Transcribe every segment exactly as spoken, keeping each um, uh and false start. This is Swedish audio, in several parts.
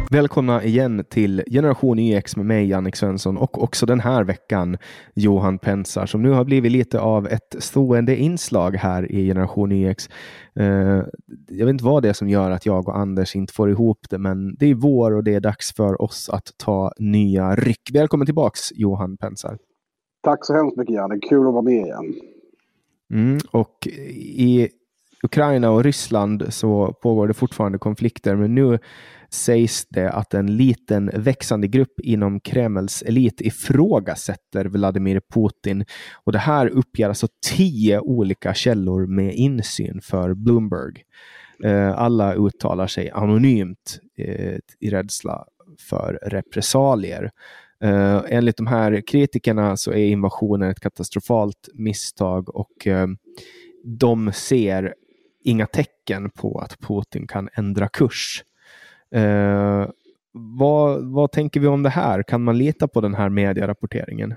Välkomna igen till Generation Y X med mig, Jannik Svensson, och också den här veckan Johan Pensar, som nu har blivit lite av ett stående inslag här i Generation Y X. Uh, jag vet inte vad det är som gör att jag och Anders inte får ihop det, men det är vår och det är dags för oss att ta nya ryck. Välkommen tillbaks, Johan Pensar. Tack så hemskt mycket, Jannik. Kul att vara med igen. Mm, och i Ukraina och Ryssland så pågår det fortfarande konflikter, men nu sägs det att en liten växande grupp inom Kremls elit ifrågasätter Vladimir Putin, och det här uppger alltså tio olika källor med insyn för Bloomberg. Alla uttalar sig anonymt i rädsla för repressalier. Enligt de här kritikerna så är invasionen ett katastrofalt misstag, och de ser inga tecken på att Putin kan ändra kurs. Uh, vad, vad tänker vi om det här? Kan man lita på den här medierapporteringen?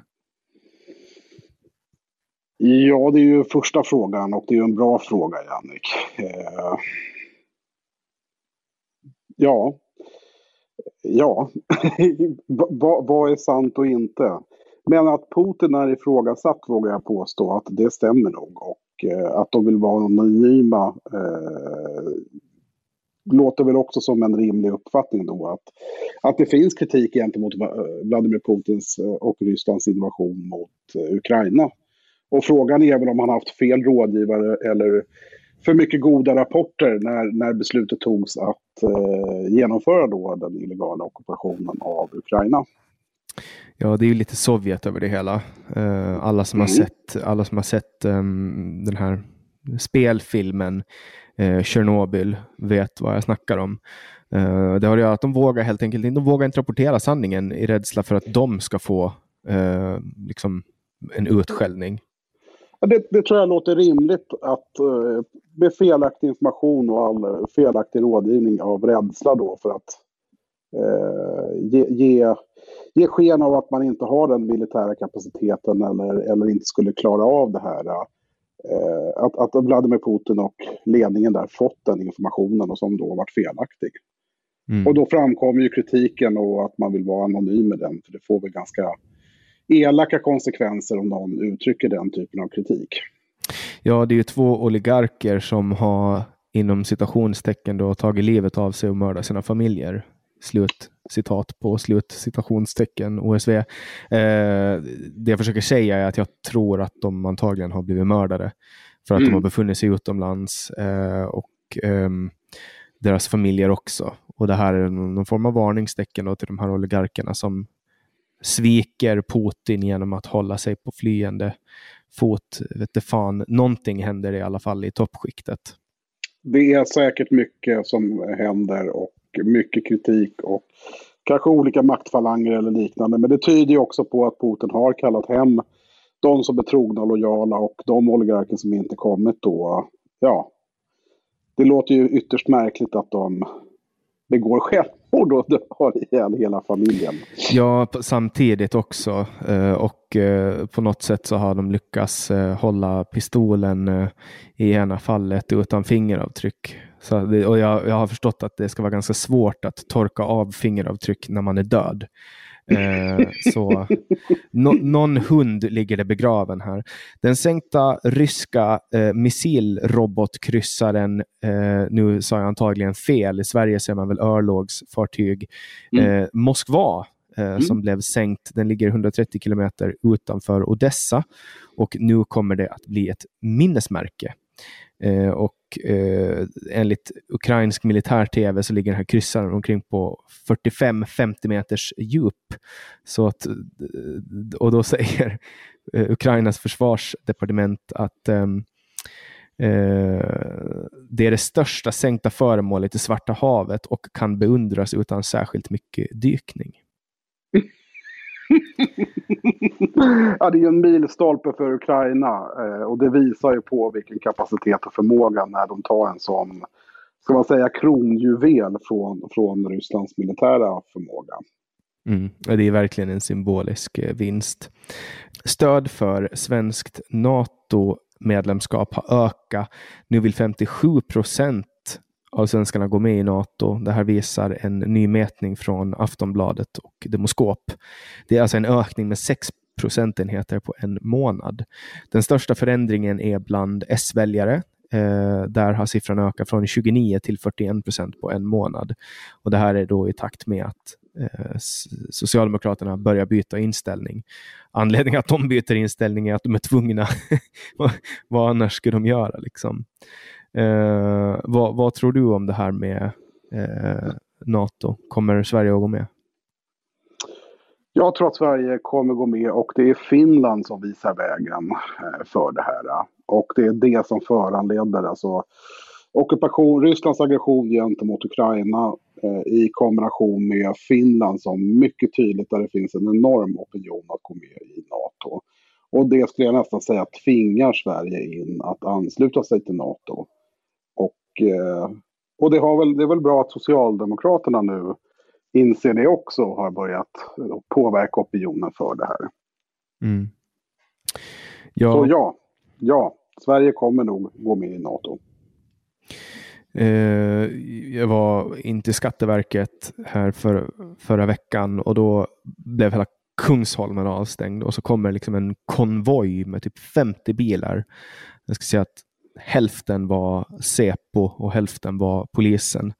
Ja, det är ju första frågan, och det är ju en bra fråga, Jannik. Uh, ja, ja. vad, vad är sant och inte? Men att Putin är ifrågasatt vågar jag påstå att det stämmer nog, och uh, att de vill vara anonyma uh, låter väl också som en rimlig uppfattning då, att, att det finns kritik gentemot Vladimir Putins och Rysslands invasion mot Ukraina. Och frågan är väl om han haft fel rådgivare eller för mycket goda rapporter när, när beslutet togs att eh, genomföra då den illegala ockupationen av Ukraina. Ja, det är ju lite Sovjet över det hela. Uh, alla som mm. har sett, alla som har sett um, den här spelfilmen Eh, Tjernobyl vet vad jag snackar om. Eh, det har att göra att de vågar helt enkelt inte, de vågar inte rapportera sanningen i rädsla för att de ska få eh, liksom en utskällning. Ja, det, det tror jag låter rimligt, att eh, med felaktig information och all felaktig rådgivning av rädsla då för att eh, ge, ge, ge sken av att man inte har den militära kapaciteten eller, eller inte skulle klara av det här. Att, att Vladimir Putin och ledningen där fått den informationen och som då varit felaktig. Mm. Och då framkommer ju kritiken och att man vill vara anonym med den, för det får väl ganska elaka konsekvenser om någon uttrycker den typen av kritik. Ja, det är ju två oligarker som har inom citationstecken då tagit livet av sig och mördat sina familjer. Slut citat på slut citationstecken O S V. Eh, det jag försöker säga är att jag tror att de antagligen har blivit mördade för att mm. de har befunnit sig utomlands, eh, och eh, deras familjer också. Och det här är någon form av varningstecken då till de här oligarkerna som sviker Putin genom att hålla sig på flyende fot. Vet du fan, någonting händer i alla fall i toppskiktet. Det är säkert mycket som händer och mycket kritik och kanske olika maktfalanger eller liknande. Men det tyder ju också på att Putin har kallat hem de som är trogna och lojala, och de oligarker som inte kommit då. Ja, det låter ju ytterst märkligt att de begår självmord och har ihjäl hela familjen. Ja, samtidigt också. Och på något sätt så har de lyckats hålla pistolen i ena fallet utan fingeravtryck. Så det, och jag, jag har förstått att det ska vara ganska svårt att torka av fingeravtryck när man är död. Eh, så no, någon hund ligger det begraven här. Den sänkta ryska eh, missilrobotkryssaren, eh, nu sa jag antagligen fel, i Sverige ser man väl örlogsfartyg, eh, mm. Moskva eh, mm. som blev sänkt, den ligger hundratrettio kilometer utanför Odessa, och nu kommer det att bli ett minnesmärke. Eh, och eh, enligt ukrainsk militär-tv så ligger den här kryssaren omkring på fyrtiofem till femtio meters djup. Så att, och då säger eh, Ukrainas försvarsdepartement att eh, eh, det är det största sänkta föremålet i Svarta havet och kan beundras utan särskilt mycket dykning. Ja, det är ju en milstolpe för Ukraina, och det visar ju på vilken kapacitet och förmåga när de tar en sån, ska man säga, kronjuvel från, från Rysslands militära förmåga. Mm, det är verkligen en symbolisk vinst. Stöd för svenskt NATO-medlemskap har ökat. Nu vill femtiosju procent av svenskarna går med i NATO. Det här visar en ny mätning från Aftonbladet och Demoskop. Det är alltså en ökning med sex procentenheter på en månad. Den största förändringen är bland S-väljare. Eh, där har siffran ökat från tjugonio till fyrtioen procent på en månad. Och det här är då i takt med att eh, Socialdemokraterna börjar byta inställning. Anledningen att de byter inställning är att de är tvungna. Vad annars skulle de göra liksom? Eh, vad, vad tror du om det här med eh, NATO? Kommer Sverige att gå med? Jag tror att Sverige kommer gå med, och det är Finland som visar vägen för det här. Och det är det som föranleder alltså ockupation, Rysslands aggression gentemot Ukraina eh, i kombination med Finland som mycket tydligt, där det finns en enorm opinion att gå med i NATO. Och det skulle jag nästan säga tvingar Sverige in att ansluta sig till NATO. Och, eh, och det, har väl, det är väl bra att Socialdemokraterna nu inser det också och har börjat påverka opinionen för det här. Mm. Ja. Så ja, ja, Sverige kommer nog gå med i NATO. Eh, jag var in till Skatteverket här för, förra veckan och då blev hela Kungsholmen avstängd och så kommer liksom en konvoj med typ femtio bilar. Jag ska säga att hälften var Säpo och hälften var polisen.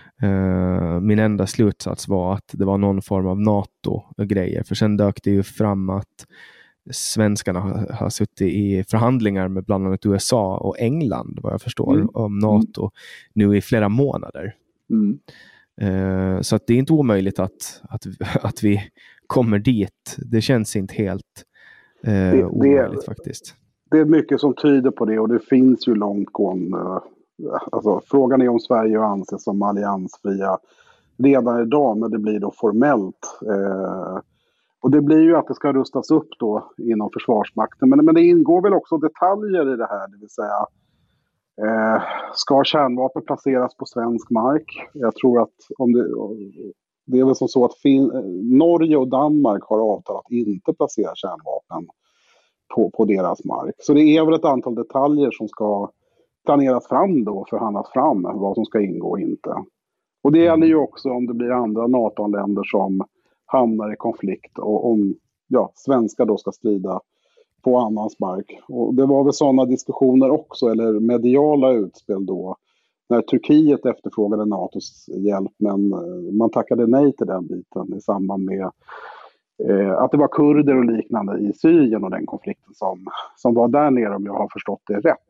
Uh, min enda slutsats var att det var någon form av NATO-grejer. För sen dök det ju fram att svenskarna har, har suttit i förhandlingar med bland annat U S A och England, vad jag förstår, mm. om NATO nu i flera månader. Mm. Uh, så att det är inte omöjligt att, att, att vi kommer dit. Det känns inte helt uh, det, omöjligt det, faktiskt. Det är mycket som tyder på det, och det finns ju långtgående. Alltså, frågan är om Sverige anses som alliansfria redan idag, men det blir då formellt. Eh, och det blir ju att det ska rustas upp då inom Försvarsmakten. Men, men det ingår väl också detaljer i det här, det vill säga eh, ska kärnvapen placeras på svensk mark? Jag tror att om det, det är väl som så att fin, Norge och Danmark har avtal att inte placera kärnvapen på, på deras mark. Så det är väl ett antal detaljer som ska planeras fram då, förhandlas fram vad som ska ingå och inte. Och det gäller ju också om det blir andra NATO-länder som hamnar i konflikt och om ja, svenskar då ska strida på annans mark. Och det var väl sådana diskussioner också, eller mediala utspel då, när Turkiet efterfrågade NATOs hjälp, men man tackade nej till den biten i samband med eh, att det var kurder och liknande i Syrien och den konflikten som, som var där nere, om jag har förstått det rätt.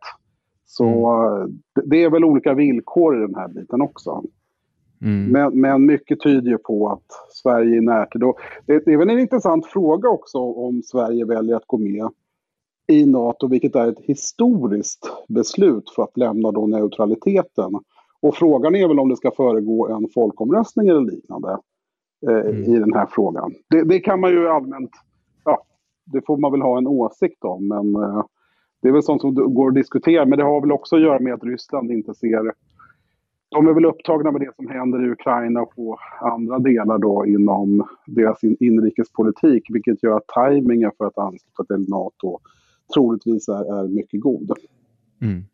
Så mm. det är väl olika villkor i den här biten också. Mm. Men, men mycket tyder ju på att Sverige är närtid. Det, det är väl en intressant fråga också om Sverige väljer att gå med i NATO, vilket är ett historiskt beslut för att lämna då neutraliteten. Och frågan är väl om det ska föregå en folkomröstning eller liknande eh, mm. i den här frågan. Det, det kan man ju allmänt, ja, det får man väl ha en åsikt om, men eh, det är väl sånt som går att diskutera, men det har väl också att göra med att Ryssland inte ser. De är väl upptagna med det som händer i Ukraina och på andra delar då inom deras inrikespolitik, vilket gör att tajmingen för att ansluta till NATO troligtvis är, är mycket god. Mm.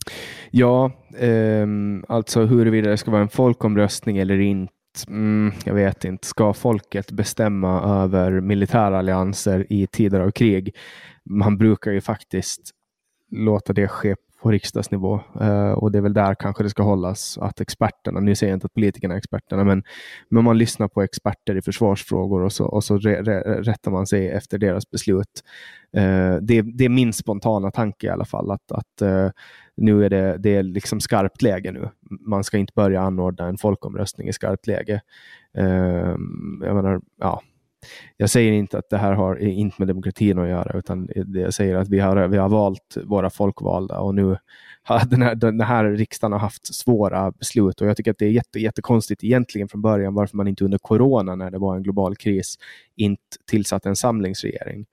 Ja, eh, alltså huruvida det ska vara en folkomröstning eller inte, mm, jag vet inte. Ska folket bestämma över militärallianser i tider av krig? Man brukar ju faktiskt låta det ske på riksdagsnivå. Uh, och det är väl där kanske det ska hållas att experterna, nu säger jag inte att politikerna är experterna, men, men man lyssnar på experter i försvarsfrågor och så, och så re, re, rättar man sig efter deras beslut. Uh, det, det är min spontana tanke i alla fall, att, att uh, nu är det, det är liksom skarpt läge nu. Man ska inte börja anordna en folkomröstning i skarpt läge. Uh, jag menar, ja. Jag säger inte att det här har inte med demokratin att göra, utan jag säger att vi har, vi har valt våra folkvalda, och nu har den här, den här riksdagen har haft svåra beslut, och jag tycker att det är jätte, jättekonstigt egentligen från början varför man inte under corona, när det var en global kris, inte tillsatte en samlingsregering.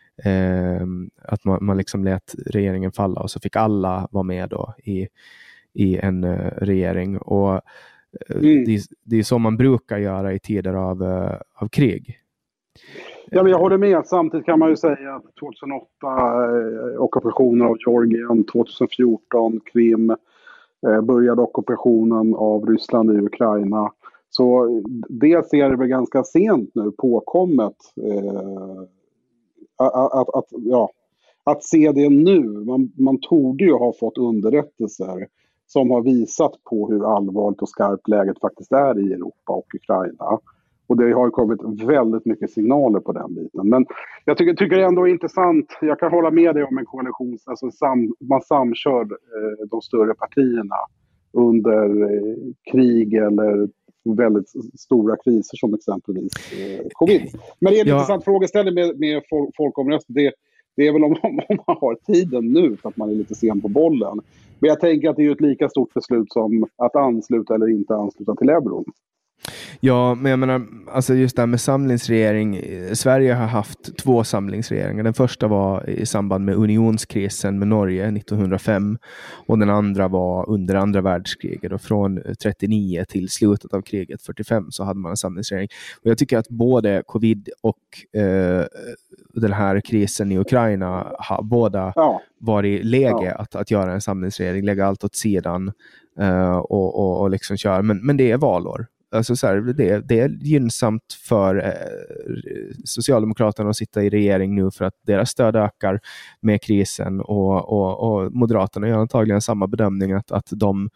Eh, att man, man liksom lät regeringen falla och så fick alla vara med då i, i en uh, regering, och uh, mm. det, det är så man brukar göra i tider av, uh, av krig. Ja, men jag håller med. Samtidigt kan man ju säga att tjugohundraåtta eh, ockupationer av Georgien, tjugohundrafjorton Krim, eh, började ockupationen av Ryssland i Ukraina. Så det ser det väl ganska sent nu påkommet eh, att, att, att, ja, att se det nu. Man, man torde ju ha fått underrättelser som har visat på hur allvarligt och skarpt läget faktiskt är i Europa och Ukraina. Och det har ju kommit väldigt mycket signaler på den biten. Men jag tycker, tycker det ändå är intressant. Jag kan hålla med dig om en koalition. Alltså sam, man samkör eh, de större partierna under eh, krig eller väldigt stora kriser som exempelvis eh, covid. Men det är en ja. intressant frågeställning med, med folk, folkomröstning. Det, det är väl om, om man har tiden nu för att man är lite sen på bollen. Men jag tänker att det är ett lika stort beslut som att ansluta eller inte ansluta till euron. Ja, men jag menar, alltså just det här med samlingsregering. Sverige har haft två samlingsregeringar. Den första var i samband med unionskrisen med Norge nittonhundrafem och den andra var under andra världskriget. Och från trettionio till slutet av kriget fyrtiofem så hade man en samlingsregering. Och jag tycker att både covid och eh, den här krisen i Ukraina har båda ja. varit läge ja. att, att göra en samlingsregering, lägga allt åt sidan eh, och, och, och liksom köra. Men, men det är valår. Alltså så här, det, det är gynnsamt för eh, Socialdemokraterna att sitta i regering nu för att deras stöd ökar med krisen och, och, och Moderaterna gör antagligen samma bedömning att, att de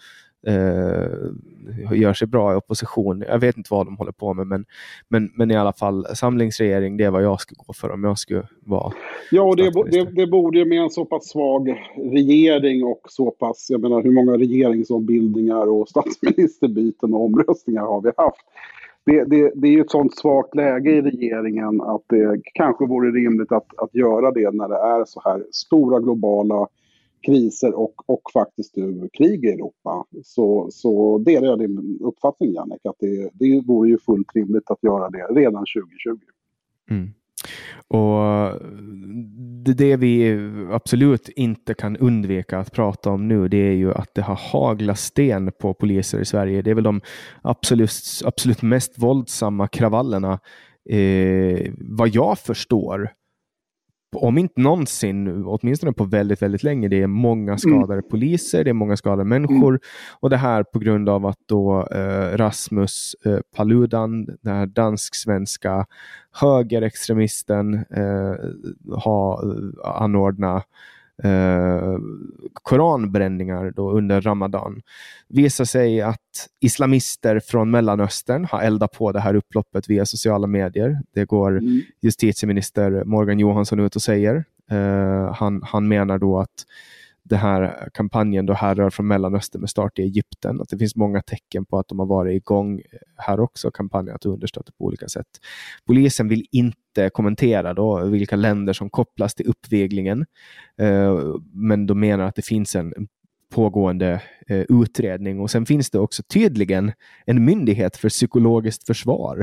eh, gör sig bra i opposition. Jag vet inte vad de håller på med men, men, men i alla fall samlingsregering, det är vad jag skulle gå för om jag skulle vara. Ja, och det, det, det borde ju med en så pass svag regering och så pass, jag menar hur många regeringsombildningar och statsministerbyten och omröstningar har vi haft. Det, det, det är ju ett sånt svagt läge i regeringen att det kanske vore rimligt att, att göra det när det är så här stora globala kriser och, och faktiskt nu krig i Europa. Så, så det är din uppfattning, Jannik, att det, det vore ju fullt rimligt att göra det redan tjugo tjugo. Mm. Och det, det vi absolut inte kan undvika att prata om nu, det är ju att det har haglat sten på poliser i Sverige. Det är väl de absolut, absolut mest våldsamma kravallerna eh, vad jag förstår. Om inte någonsin, åtminstone på väldigt, väldigt länge. Det är många skadade mm. poliser, det är många skadade människor. Mm. Och det här på grund av att då eh, Rasmus eh, Paludan, den här dansk-svenska högerextremisten, eh, har anordnat eh, koranbränningar då under Ramadan. Visar sig att islamister från Mellanöstern har eldat på det här upploppet via sociala medier. Det går mm. justitieminister Morgan Johansson ut och säger. Uh, han, han menar då att den här kampanjen då härrör från Mellanöstern med start i Egypten. Att det finns många tecken på att de har varit igång här också, kampanjen att understötta på olika sätt. Polisen vill inte kommentera då vilka länder som kopplas till uppviglingen. Uh, men de menar att det finns en pågående eh, utredning och sen finns det också tydligen en myndighet för psykologiskt försvar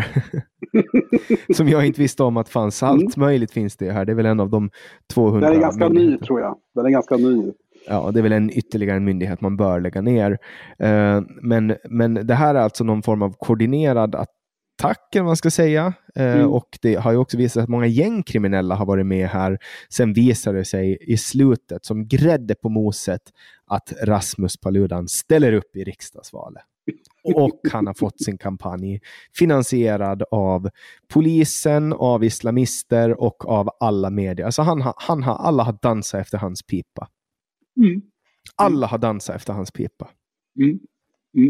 som jag inte visste om att fanns. Allt mm. möjligt finns det här. Det är väl en av de tvåhundra. Den är ganska ny tror jag. Den är ganska ny. Ja, det är väl en ytterligare en myndighet man bör lägga ner. Uh, men, men det här är alltså någon form av koordinerad attack, eller man ska säga. Uh, mm. Och det har ju också visat att många gängkriminella har varit med här. Sen visade det sig i slutet som grädde på moset att Rasmus Paludan ställer upp i riksdagsvalet. Och han har fått sin kampanj finansierad av polisen, av islamister och av alla medier. Alltså han, han har, alla har dansat efter hans pipa. Mm. Mm. Alla har dansat efter hans pipa. Mm. Mm.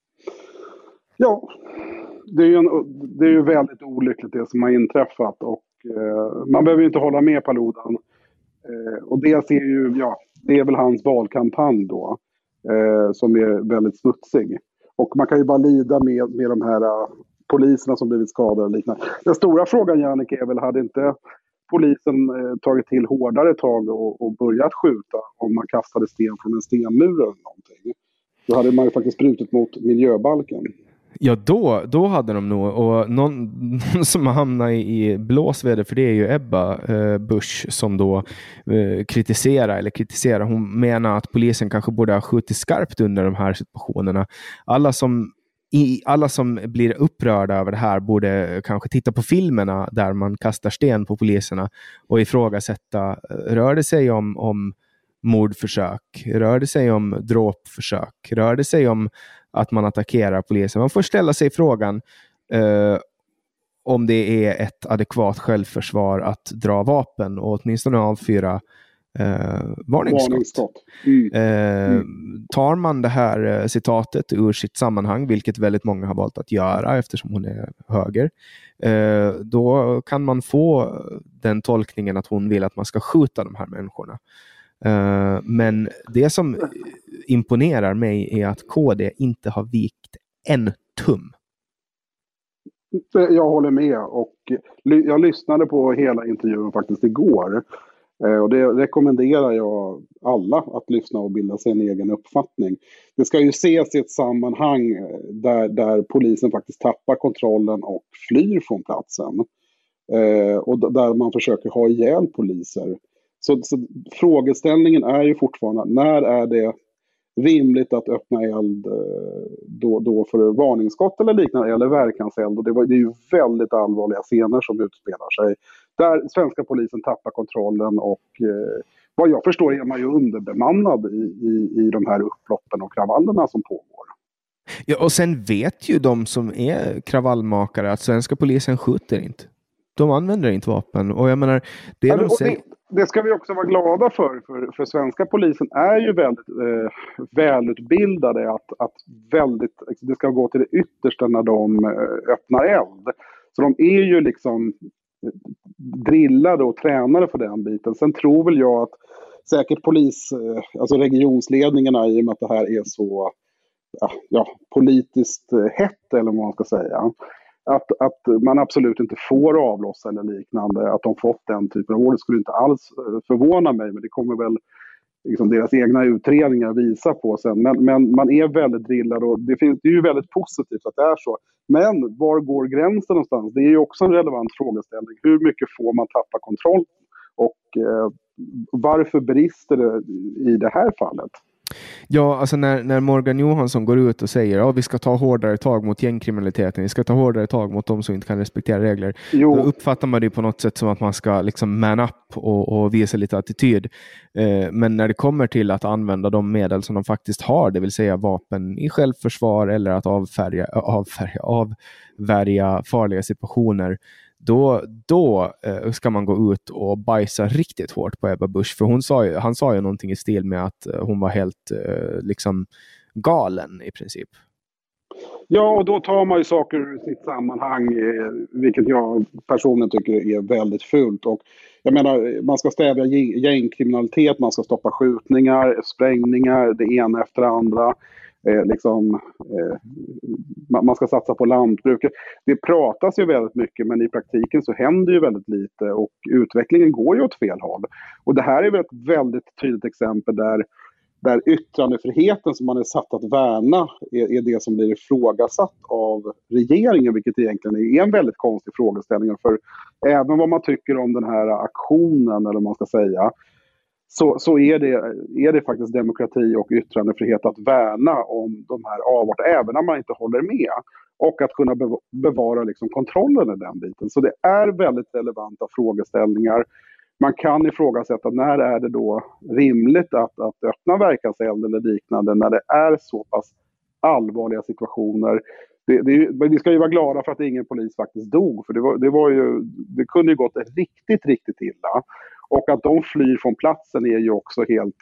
Ja, det är ju en, det är ju väldigt olyckligt det som har inträffat och eh, man behöver ju inte hålla med Paludan. Eh, och dels är ju, ja, det är väl hans valkampanj då eh, som är väldigt smutsig. Och man kan ju bara lida med, med de här uh, poliserna som blivit skadade och liknande. Den stora frågan, Jannik, är väl, hade inte polisen eh, tagit till hårdare tag och, och börjat skjuta om man kastade sten från en stenmur eller någonting? Då hade man ju faktiskt brutit mot miljöbalken. Ja, då, då hade de nog, och någon, någon som har hamnat i blåsväder för det är ju Ebba eh, Busch som då eh, kritiserar, eller kritiserar, hon menar att polisen kanske borde ha skjutit skarpt under de här situationerna. Alla som, i, alla som blir upprörda över det här borde kanske titta på filmerna där man kastar sten på poliserna och ifrågasätta, rör det sig om, om mordförsök? Rör det sig om dråpförsök? Rör det sig om att man attackerar polisen? Man får ställa sig frågan eh, om det är ett adekvat självförsvar att dra vapen och åtminstone avfyra eh, varningsskott. varningsskott. Mm. Eh, mm. Tar man det här citatet ur sitt sammanhang, vilket väldigt många har valt att göra eftersom hon är höger, eh, då kan man få den tolkningen att hon vill att man ska skjuta de här människorna. Uh, men det som imponerar mig är att K D inte har vikt en tum. Jag håller med, och jag lyssnade på hela intervjun faktiskt igår, och det rekommenderar jag alla att lyssna och bilda sig en egen uppfattning. Det ska ju ses i ett sammanhang där, där polisen faktiskt tappar kontrollen och flyr från platsen, och där man försöker ha ihjäl poliser. Så, så frågeställningen är ju fortfarande, när är det rimligt att öppna eld då, då för varningsskott eller liknande, eller verkanseld? Och det, var, det är ju väldigt allvarliga scener som utspelar sig, där svenska polisen tappar kontrollen, och eh, vad jag förstår är man ju underbemannad i, i, i de här upploppen och kravallerna som pågår. Ja, och sen vet ju de som är kravallmakare att svenska polisen skjuter inte. De använder inte vapen, och jag menar, det är ja, de säger... det, det ska vi också vara glada för, för, för svenska polisen är ju väldigt eh, välutbildade, att, att väldigt, det ska gå till det yttersta när de eh, öppnar eld. Så de är ju liksom drillade och tränade för den biten. Sen tror väl jag att säkert polis, eh, alltså regionsledningarna, i och med att det här är så ja, ja, politiskt hett, eller vad man ska säga, Att, att man absolut inte får avlossa eller liknande, att de fått den typen av ord, det skulle inte alls förvåna mig, men det kommer väl liksom deras egna utredningar visa på sen. Men, men man är väldigt drillad, och det, finns, det är ju väldigt positivt att det är så. Men var går gränsen någonstans? Det är ju också en relevant frågeställning. Hur mycket får man tappa kontroll? Och eh, varför brister det i det här fallet? Ja, alltså när, när Morgan Johansson går ut och säger att ja, vi ska ta hårdare tag mot gängkriminaliteten, vi ska ta hårdare tag mot de som inte kan respektera regler, jo. Då uppfattar man det på något sätt som att man ska liksom man up och, och visa lite attityd. Eh, men när det kommer till att använda de medel som de faktiskt har, det vill säga vapen i självförsvar eller att avfärga, avfärga, avvärja farliga situationer, Då, då eh, ska man gå ut och bajsa riktigt hårt på Ebba Busch. För hon sa ju, han sa ju någonting i stil med att eh, hon var helt eh, liksom galen i princip. Ja, och då tar man ju saker ur sitt sammanhang, eh, vilket jag personligen tycker är väldigt fult. Och jag menar, man ska stävja gängkriminalitet, man ska stoppa skjutningar, sprängningar, det ena efter det andra. Eh, liksom, eh, man ska satsa på lantbruket. Det pratas ju väldigt mycket, men i praktiken så händer ju väldigt lite, och utvecklingen går ju åt fel håll. Och det här är väl ett väldigt tydligt exempel där, där yttrandefriheten som man är satt att värna är, är det som blir ifrågasatt av regeringen, vilket egentligen är en väldigt konstig frågeställning. För även vad man tycker om den här aktionen, eller vad man ska säga, Så, så är, det, är det faktiskt demokrati och yttrandefrihet att värna om de här avarterna, även när man inte håller med. Och att kunna bevara liksom kontrollen i den biten. Så det är väldigt relevanta frågeställningar. Man kan ifrågasätta, när är det då rimligt att, att öppna verkanseld eller liknande, när det är så pass allvarliga situationer. Det, det, vi ska ju vara glada för att ingen polis faktiskt dog, för det, var, det, var ju, det kunde ju gått riktigt, riktigt illa. Och att de flyr från platsen är ju också helt,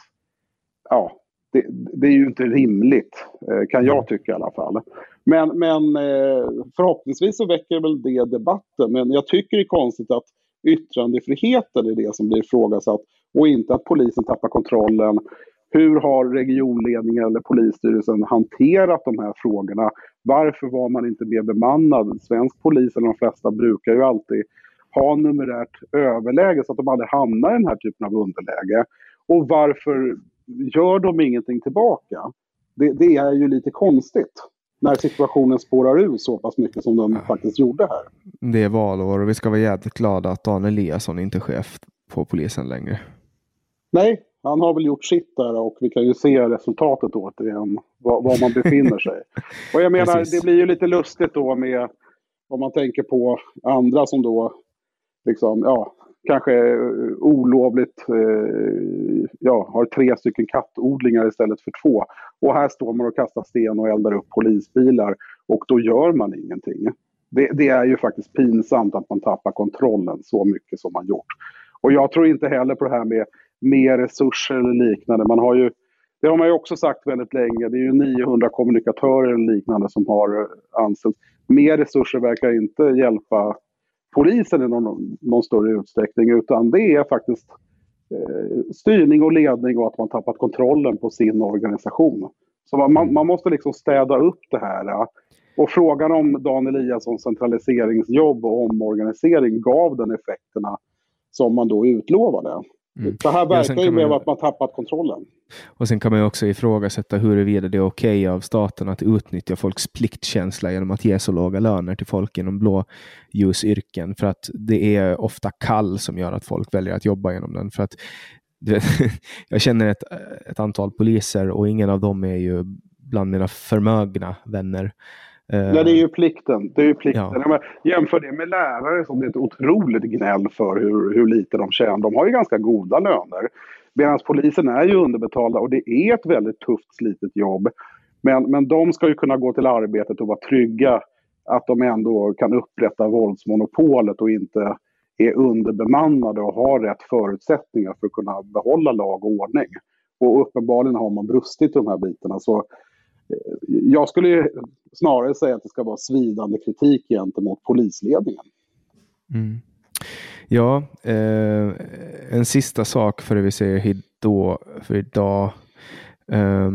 ja, det, det är ju inte rimligt, kan jag tycka i alla fall. Men, men förhoppningsvis så väcker väl det debatten. Men jag tycker det är konstigt att yttrandefriheten är det som blir ifrågasatt, och inte att polisen tappar kontrollen. Hur har regionledningen eller polisstyrelsen hanterat de här frågorna? Varför var man inte mer bemannad? Svensk polis, eller de flesta, brukar ju alltid ha numerärt överläge så att de aldrig hamnar i den här typen av underläge. Och varför gör de ingenting tillbaka? Det, det är ju lite konstigt när situationen spårar ur så pass mycket som de faktiskt gjorde här. Det är valår, och vi ska vara jävligt glada att Dan Eliasson inte är chef på polisen längre. Nej, han har väl gjort sitt där, och vi kan ju se resultatet återigen, var, var man befinner sig. Och jag menar, Precis. Det blir ju lite lustigt då med, om man tänker på andra som då liksom, ja, kanske olovligt eh, ja, har tre stycken kattodlingar istället för två. Och här står man och kastar sten och eldar upp polisbilar och då gör man ingenting. Det, det är ju faktiskt pinsamt att man tappar kontrollen så mycket som man gjort. Och jag tror inte heller på det här med mer resurser eller liknande. Man har ju, det har man ju också sagt väldigt länge. Det är ju niohundra kommunikatörer eller liknande som har anställts. Mer resurser verkar inte hjälpa polisen i någon, någon större utsträckning, utan det är faktiskt eh, styrning och ledning och att man tappat kontrollen på sin organisation. Så man, man måste liksom städa upp det här. Och frågan om Dan Eliassons centraliseringsjobb och omorganisering gav den effekterna som man då utlovade. Mm. Det här verkar ja, ju med man... att man tappat kontrollen. Och sen kan man ju också ifrågasätta huruvida det är okej av staten att utnyttja folks pliktkänsla genom att ge så låga löner till folk inom blåljusyrken. För att det är ofta kall som gör att folk väljer att jobba genom den. För att det, jag känner ett, ett antal poliser och ingen av dem är ju bland mina förmögna vänner. Ja, det är ju plikten. Det är ju plikten. Ja. Jämför det med lärare som det är ett otroligt gnäll för hur, hur lite de tjänar. De har ju ganska goda löner. Medan polisen är ju underbetalda och det är ett väldigt tufft slitet jobb. Men, men de ska ju kunna gå till arbetet och vara trygga att de ändå kan upprätta våldsmonopolet och inte är underbemannade och har rätt förutsättningar för att kunna behålla lag och ordning. Och uppenbarligen har man brustit i de här bitarna. Så jag skulle ju snarare säga att det ska vara svidande kritik gentemot polisledningen. Mm. Ja, eh, en sista sak för vi säger hidå för idag. Eh,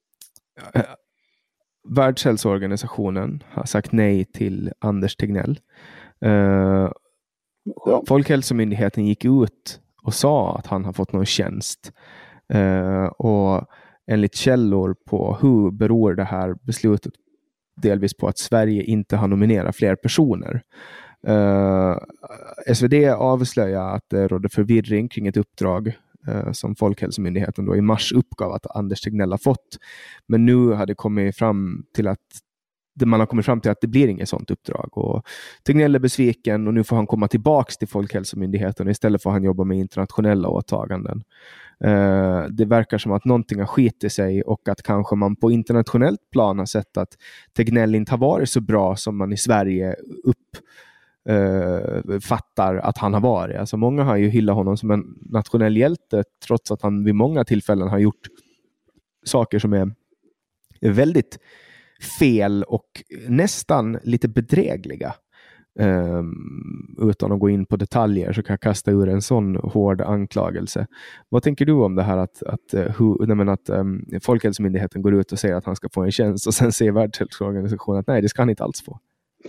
Världshälsoorganisationen har sagt nej till Anders Tegnell. Eh, ja. Folkhälsomyndigheten gick ut och sa att han har fått någon tjänst. Eh, och enligt källor på W H O beror det här beslutet delvis på att Sverige inte har nominerat fler personer. Uh, S V D avslöjar att det rådde förvirring kring ett uppdrag uh, som Folkhälsomyndigheten då i mars uppgav att Anders Tegnell har fått. Men nu har det kommit fram till att man har kommit fram till att det blir inget sånt uppdrag. Och Tegnell är besviken och nu får han komma tillbaks till Folkhälsomyndigheten och istället får han jobba med internationella åtaganden. Uh, det verkar som att någonting har skitit sig och att kanske man på internationellt plan har sett att Tegnell inte har varit så bra som man i Sverige upp uh, fattar att han har varit. Alltså många har ju hyllat honom som en nationell hjälte trots att han vid många tillfällen har gjort saker som är, är väldigt fel och nästan lite bedrägliga. Um, utan att gå in på detaljer så kan jag kasta ur en sån hård anklagelse. Vad tänker du om det här att, att, uh, nej, att um, Folkhälsomyndigheten går ut och säger att han ska få en tjänst och sen säger Världshälsoorganisationen att nej, det ska han inte alls få?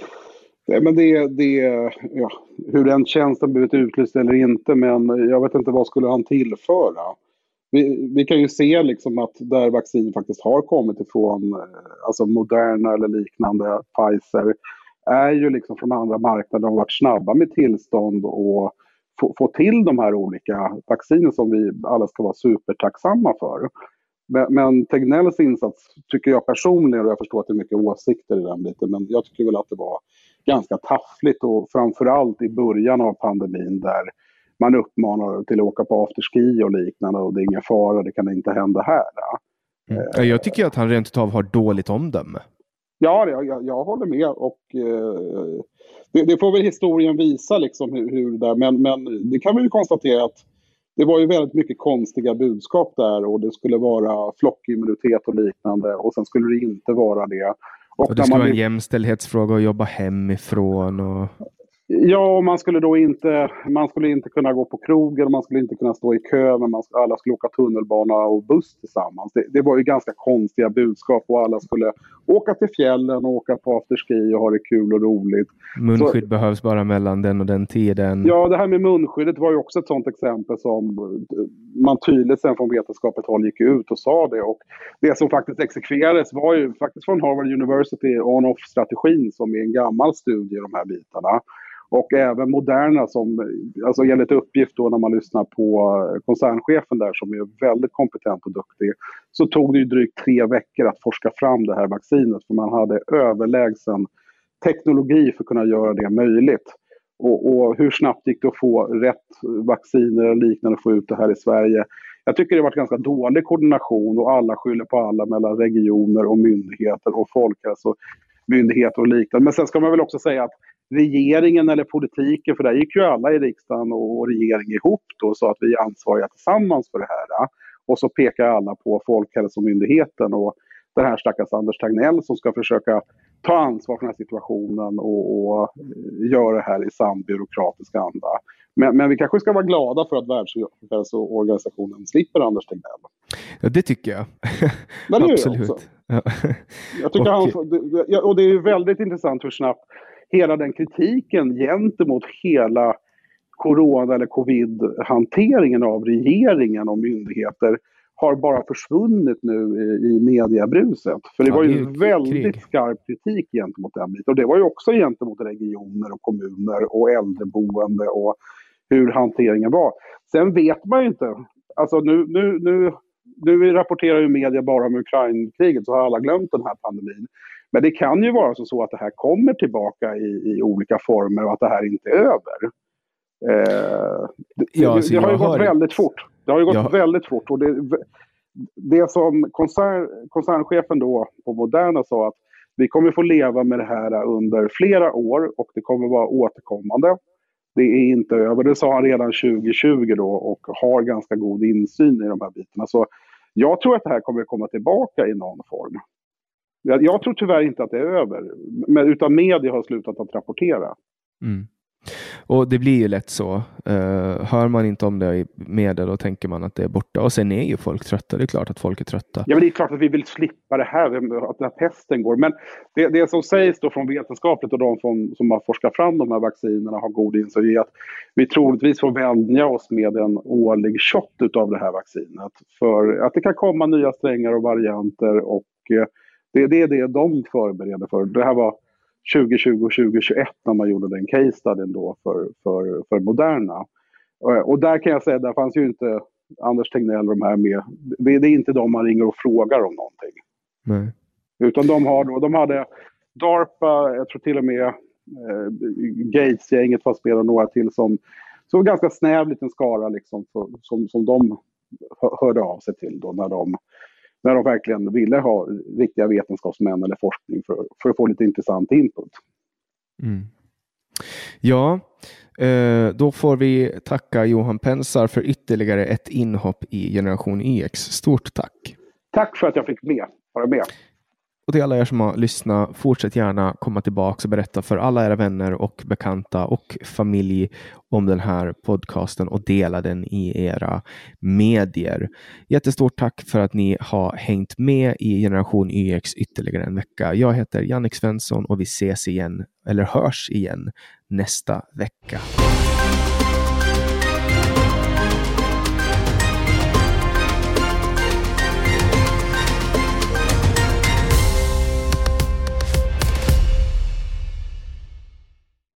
Ja, men det, det, ja, hur den tjänsten blivit utlyst eller inte, men jag vet inte vad skulle han tillföra. Vi, vi kan ju se liksom att där vaccin faktiskt har kommit ifrån, alltså Moderna eller liknande, Pfizer, är ju liksom från andra marknader och varit snabba med tillstånd och få, få till de här olika vacciner som vi alla ska vara supertacksamma för. Men, men Tegnells insats tycker jag personligen, och jag förstår att det är mycket åsikter i den biten, men jag tycker väl att det var ganska taffligt och framförallt i början av pandemin där man uppmanar till att åka på afterski och liknande och det är ingen fara, det kan inte hända här. Mm. Jag tycker att han rent utav har dåligt omdöme. Ja, jag, jag, jag håller med och eh, det, det får väl historien visa liksom hur, hur det är. Men, men det kan vi ju konstatera att det var ju väldigt mycket konstiga budskap där och det skulle vara flockimmunitet och liknande och sen skulle det inte vara det. Och, och det skulle vara en jämställdhetsfråga att jobba hemifrån och... Ja, och man skulle då inte, man skulle inte kunna gå på krogen, man skulle inte kunna stå i kö, men man, alla skulle åka tunnelbana och buss tillsammans. Det, det var ju ganska konstiga budskap och alla skulle åka till fjällen och åka på afterski och ha det kul och roligt. Munskydd Så, behövs bara mellan den och den tiden. Ja, det här med munskyddet var ju också ett sånt exempel som man tydligt sen från vetenskapet håll gick ut och sa det. Och det som faktiskt exekverades var ju faktiskt från Harvard University on-off-strategin som är en gammal studie i de här bitarna. Och även Moderna som, alltså enligt uppgift då när man lyssnar på koncernchefen där som är väldigt kompetent och duktig, så tog det ju drygt tre veckor att forska fram det här vaccinet för man hade överlägsen teknologi för att kunna göra det möjligt. Och, och hur snabbt gick det att få rätt vacciner och liknande och få ut det här i Sverige? Jag tycker det har varit ganska dålig koordination och alla skyller på alla mellan regioner och myndigheter och folkhälsomyndigheter och liknande. Men sen ska man väl också säga att regeringen eller politiken, för där gick ju alla i riksdagen och regeringen ihop då och sa att vi är ansvariga tillsammans för det här. Och så pekar alla på Folkhälsomyndigheten och den här stackars Anders Tegnell som ska försöka ta ansvar för den här situationen och, och göra det här i sann byråkratisk anda. Men, men vi kanske ska vara glada för att Världshälsoorganisationen slipper Anders Tegnell. Ja, det tycker jag. Men det absolut. Jag, jag tycker och, han, och det är väldigt intressant hur snabbt hela den kritiken gentemot hela corona- eller covid-hanteringen av regeringen och myndigheter har bara försvunnit nu i, i mediebruset. För det ja, var ju det väldigt krig. skarp kritik gentemot den biten. Och det var ju också gentemot regioner och kommuner och äldreboende och hur hanteringen var. Sen vet man ju inte. Alltså nu, nu, nu, nu rapporterar ju media bara om Ukraina-kriget, så har alla glömt den här pandemin. Men det kan ju vara så att det här kommer tillbaka i, i olika former och att det här inte är över. Eh, det, ja, alltså, det har ju gått har... väldigt fort. Det har ju gått ja. väldigt fort. Och det, det som koncern, koncernchefen då på Moderna sa att vi kommer få leva med det här under flera år och det kommer vara återkommande. Det är inte över. Det sa han redan tjugo tjugo då och har ganska god insyn i de här bitarna. Så jag tror att det här kommer komma tillbaka i någon form. Jag, jag tror tyvärr inte att det är över. Men, utan media har slutat att rapportera. Mm. Och det blir ju lätt så. Uh, hör man inte om det i media, då tänker man att det är borta. Och sen är ju folk trötta. Det är klart att folk är trötta. Ja, men det är klart att vi vill slippa det här, att den här pesten går. Men det, det som sägs då från vetenskapligt och de som, som har forskat fram de här vaccinerna har god insyn är att vi troligtvis får vänja oss med en årlig shot av det här vaccinet. För att det kan komma nya strängar och varianter och uh, det, det är det de förbereder för. Det här var tjugo tjugo och tjugo tjugoett när man gjorde den case-studien då för, för, för Moderna. Och, och där kan jag säga, där fanns ju inte Anders Tegnell och de här med. Det, det är inte de man ringer och frågar om någonting. Nej. Utan de, har då, de hade DARPA, jag tror till och med eh, Gates-gänget var spelare några till som så ganska snäv liten skara liksom, för, som, som de hörde av sig till då när de när de verkligen ville ha riktiga vetenskapsmän eller forskning för, för att få lite intressant input. Mm. Ja, eh, då får vi tacka Johan Pensar för ytterligare ett inhopp i Generation Y X. Stort tack! Tack för att jag fick med, vara med. Och till alla er som har lyssnat, fortsätt gärna komma tillbaka och berätta för alla era vänner och bekanta och familj om den här podcasten och dela den i era medier. Jättestort tack för att ni har hängt med i Generation Y X ytterligare en vecka. Jag heter Jannik Svensson och vi ses igen, eller hörs igen, nästa vecka.